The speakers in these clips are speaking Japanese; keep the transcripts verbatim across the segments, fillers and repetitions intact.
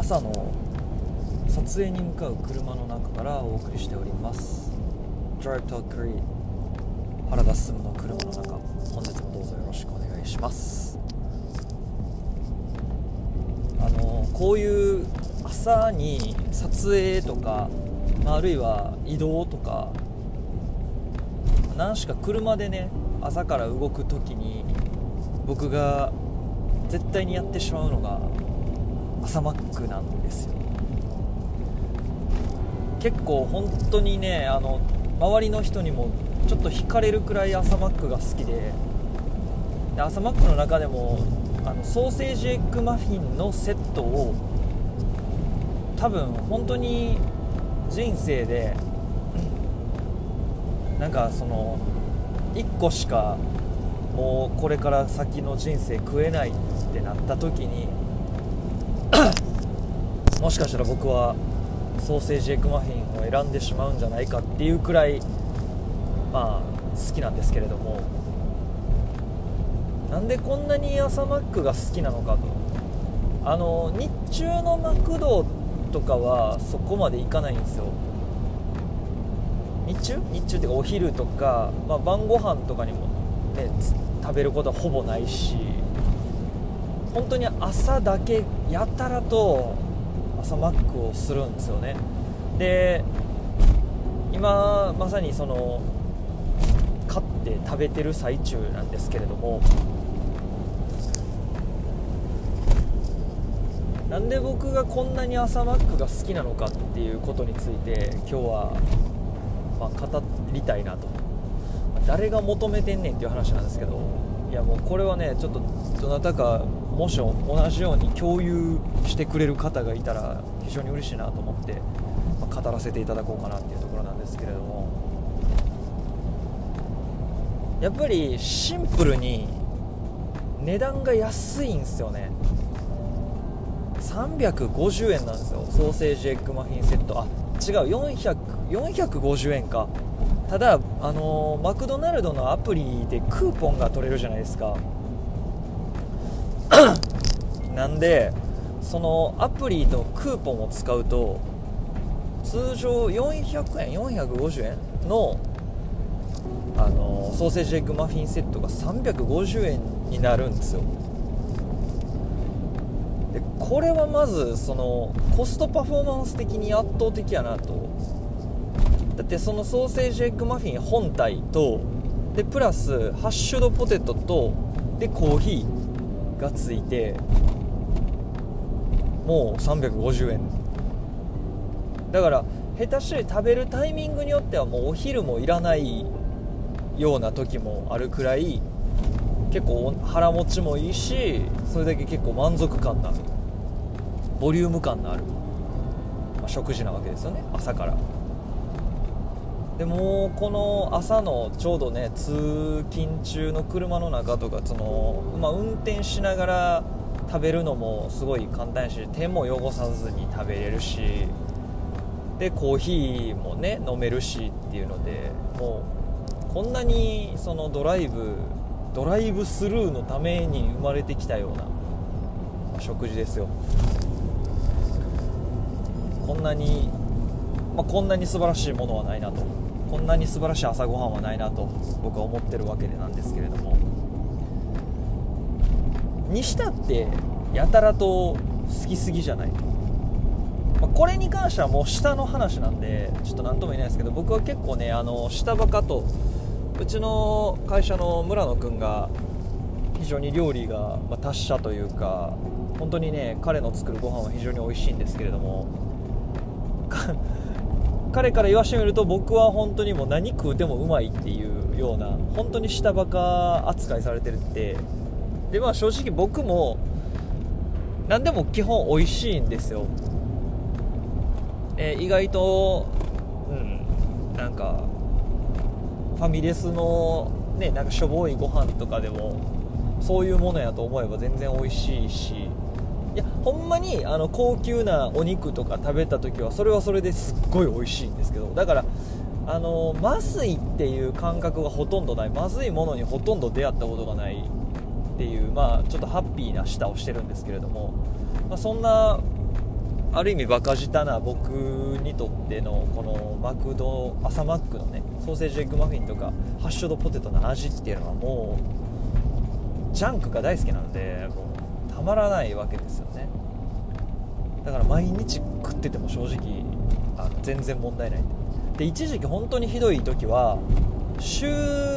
朝の撮影に向かう車の中からお送りしております。 Drive Talk Creed 原田進の車の中、本日もどうぞよろしくお願いします。あのこういう朝に撮影とか、あるいは移動とか、何しか車でね朝から動くときに僕が絶対にやってしまうのが朝マックなんですよ。結構本当にね、あの周りの人にもちょっと惹かれるくらい朝マックが好きで、で朝マックの中でもあのソーセージエッグマフィンのセットを多分本当に人生でなんかそのいっこしかもうこれから先の人生食えないってなった時にもしかしたら僕はソーセージエッグマフィンを選んでしまうんじゃないかっていうくらいまあ好きなんですけれども、なんでこんなに朝マックが好きなのかと。あの日中のマクドとかはそこまでいかないんですよ。日中日中っていうかお昼とか、まあ、晩ご飯とかにもね食べることはほぼないし、本当に朝だけやたらと朝マックをするんですよね。で今まさにその買って食べてる最中なんですけれども、なんで僕がこんなに朝マックが好きなのかっていうことについて今日は、まあ、語りたいなと。誰が求めてんねんっていう話なんですけど、いやもうこれはねちょっとどなたかもし同じように共有してくれる方がいたら非常に嬉しいなと思って、まあ、語らせていただこうかなっていうところなんですけれども、やっぱりシンプルに値段が安いんですよね。さんびゃくごじゅうえんなんですよ、ソーセージエッグマフィンセット。あ、違う、よんひゃく、よんひゃくごじゅうえんか。ただ、あのー、マクドナルドのアプリでクーポンが取れるじゃないですかなんでそのアプリとクーポンを使うと通常よんひゃくえんよんひゃくごじゅうえんの、あのー、ソーセージエッグマフィンセットがさんびゃくごじゅうえんになるんですよ。でこれはまずそのコストパフォーマンス的に圧倒的やなと。だってそのソーセージエッグマフィン本体とでプラスハッシュドポテトとでコーヒーがついてもうさんびゃくごじゅうえんだから、下手して食べるタイミングによってはもうお昼もいらないような時もあるくらい結構腹持ちもいいし、それだけ結構満足感のあるボリューム感のある、まあ、食事なわけですよね、朝から。でもこの朝のちょうどね通勤中の車の中とか、その、まあ、運転しながら食べるのもすごい簡単やし、手も汚さずに食べれるし、でコーヒーもね飲めるしっていうので、もうこんなにそのドライブドライブスルーのために生まれてきたような、まあ、食事ですよ。こんなに、まあ、こんなに素晴らしいものはないなと、こんなに素晴らしい朝ごはんはないなと僕は思ってるわけでなんですけれども、にしたってやたらと好きすぎじゃないと、まあ、これに関してはもう下の話なんでちょっと何とも言えないですけど、僕は結構ねあの下バカと、うちの会社の村野くんが非常に料理が達者というか、本当にね彼の作るご飯は非常に美味しいんですけれども、彼から言わしてみると僕は本当にもう何食うてもうまいっていうような、本当に下バカ扱いされてるって。でまあ正直僕も何でも基本美味しいんですよ、えー、意外とうんなんかファミレスのねなんかしょぼいご飯とかでもそういうものやと思えば全然美味しいし、いやほんまにあの高級なお肉とか食べた時はそれはそれですっごい美味しいんですけど、だからあのまずいっていう感覚がほとんどない、まずいものにほとんど出会ったことがないっていう、まあちょっとハッピーな舌をしてるんですけれども、まあ、そんなある意味バカ舌な僕にとってのこのマクド朝マックのねソーセージエッグマフィンとかハッシュドポテトの味っていうのはもうジャンクが大好きなのでもうたまらないわけですよね。だから毎日食ってても正直あの全然問題ないで、一時期本当にひどい時は週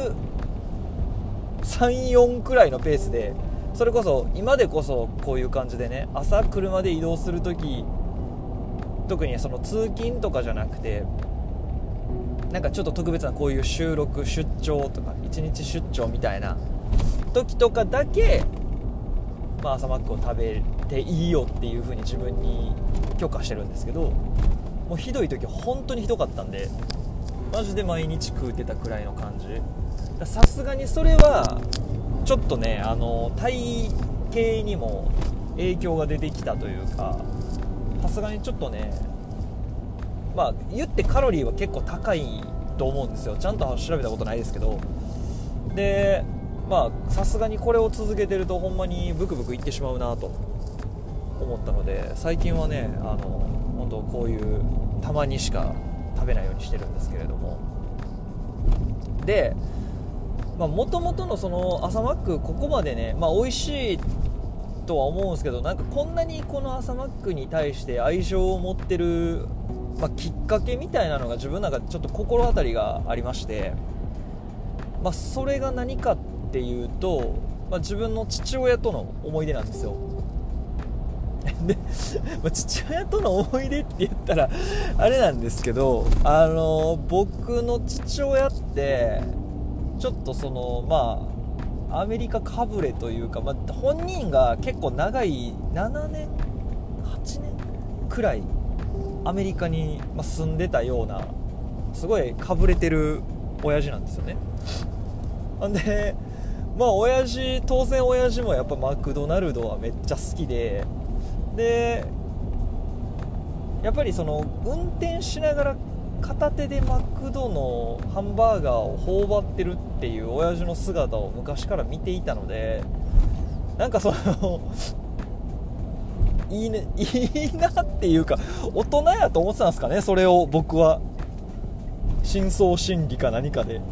さん、よんくらいのペースで、それこそ今でこそこういう感じでね朝車で移動する時、特にその通勤とかじゃなくてなんかちょっと特別なこういう収録出張とか一日出張みたいな時とかだけ、まあ、朝マックを食べていいよっていう風に自分に許可してるんですけど、もうひどい時本当にひどかったんでマジで毎日食うてたくらいの感じ。さすがにそれはちょっとねあの体型にも影響が出てきたというか、さすがにちょっとね、まあ言ってカロリーは結構高いと思うんですよ。ちゃんと調べたことないですけど、でまあさすがにこれを続けてるとほんまにブクブクいってしまうなと思ったので、最近はねあの本当こういうたまにしか食べないようにしてるんですけれども、でもともとのその朝マックここまでね、まあ、美味しいとは思うんですけど、なんかこんなにこの朝マックに対して愛情を持ってる、まあ、きっかけみたいなのが自分の中でちょっと心当たりがありまして、まあ、それが何かっていうと、まあ、自分の父親との思い出なんですよ。で、まあ、父親との思い出って言ったらあれなんですけど、あの僕の父親ってちょっとそのまあアメリカかぶれというか、まあ、本人が結構長いななねんはちねんくらいアメリカに住んでたようなすごいかぶれてる親父なんですよね。なんでまあ親父当然親父もやっぱマクドナルドはめっちゃ好きで、でやっぱりその運転しながら片手でマクドのハンバーガーを頬張ってるっていう親父の姿を昔から見ていたので、なんかそのいいね、いいなっていうか大人やと思ってたんですかね、それを僕は深層心理か何かで。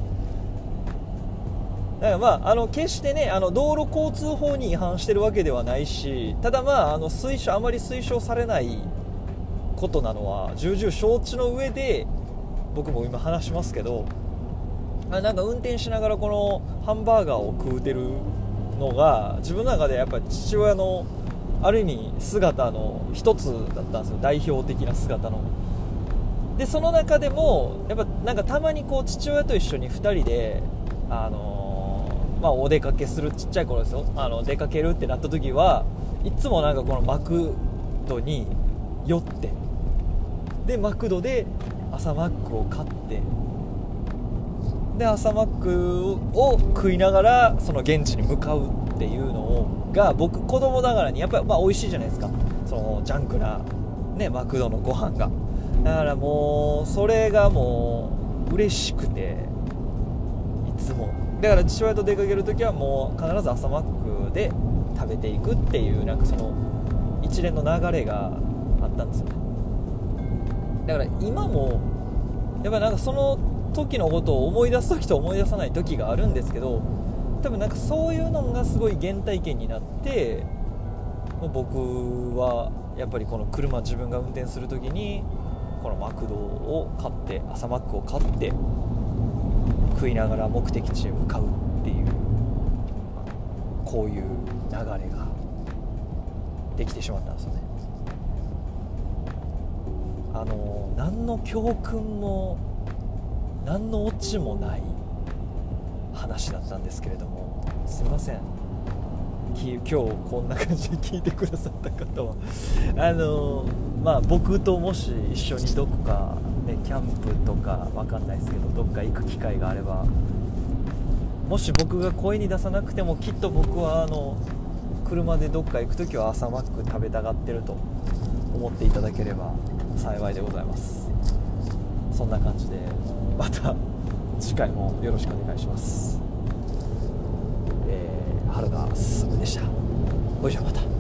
だからまあ、あの決してねあの道路交通法に違反してるわけではないし、ただまあ、あの推奨あまり推奨されないことなのは重々承知の上で僕も今話しますけど、なんか運転しながらこのハンバーガーを食うてるのが自分の中でやっぱり父親のある意味姿の一つだったんですよ、代表的な姿の。でその中でもやっぱなんかたまにこう父親と一緒にふたりであのー、まあお出かけする、ちっちゃい頃ですよ、あの出かけるってなった時はいつもなんかこのマクドに寄って、でマクドで朝マックを買って、で朝マックを食いながらその現地に向かうっていうのが僕子供ながらにやっぱりまあ美味しいじゃないですか、そのジャンクな、ね、マクドのご飯が。だからもうそれがもう嬉しくて、いつもだから父親と出かけるときはもう必ず朝マックで食べていくっていうなんかその一連の流れがあったんですよね。だから今もやっぱなんかその時のことを思い出す時と思い出さない時があるんですけど、多分なんかそういうのがすごい原体験になって、僕はやっぱりこの車自分が運転する時にこのマクドを買って朝マックを買って食いながら目的地へ向かうっていう、こういう流れができてしまったんですよね。あの何の教訓も何のオチもない話だったんですけれども、すみません、今日こんな感じで聞いてくださった方はあのまあ僕ともし一緒にどこか、ね、キャンプとかわかんないですけどどっか行く機会があれば、もし僕が声に出さなくてもきっと僕はあの車でどっか行くときは朝マック食べたがってると思っていただければ幸いでございます。そんな感じでまた次回もよろしくお願いします。えー、原田進でした。おいしょ、また。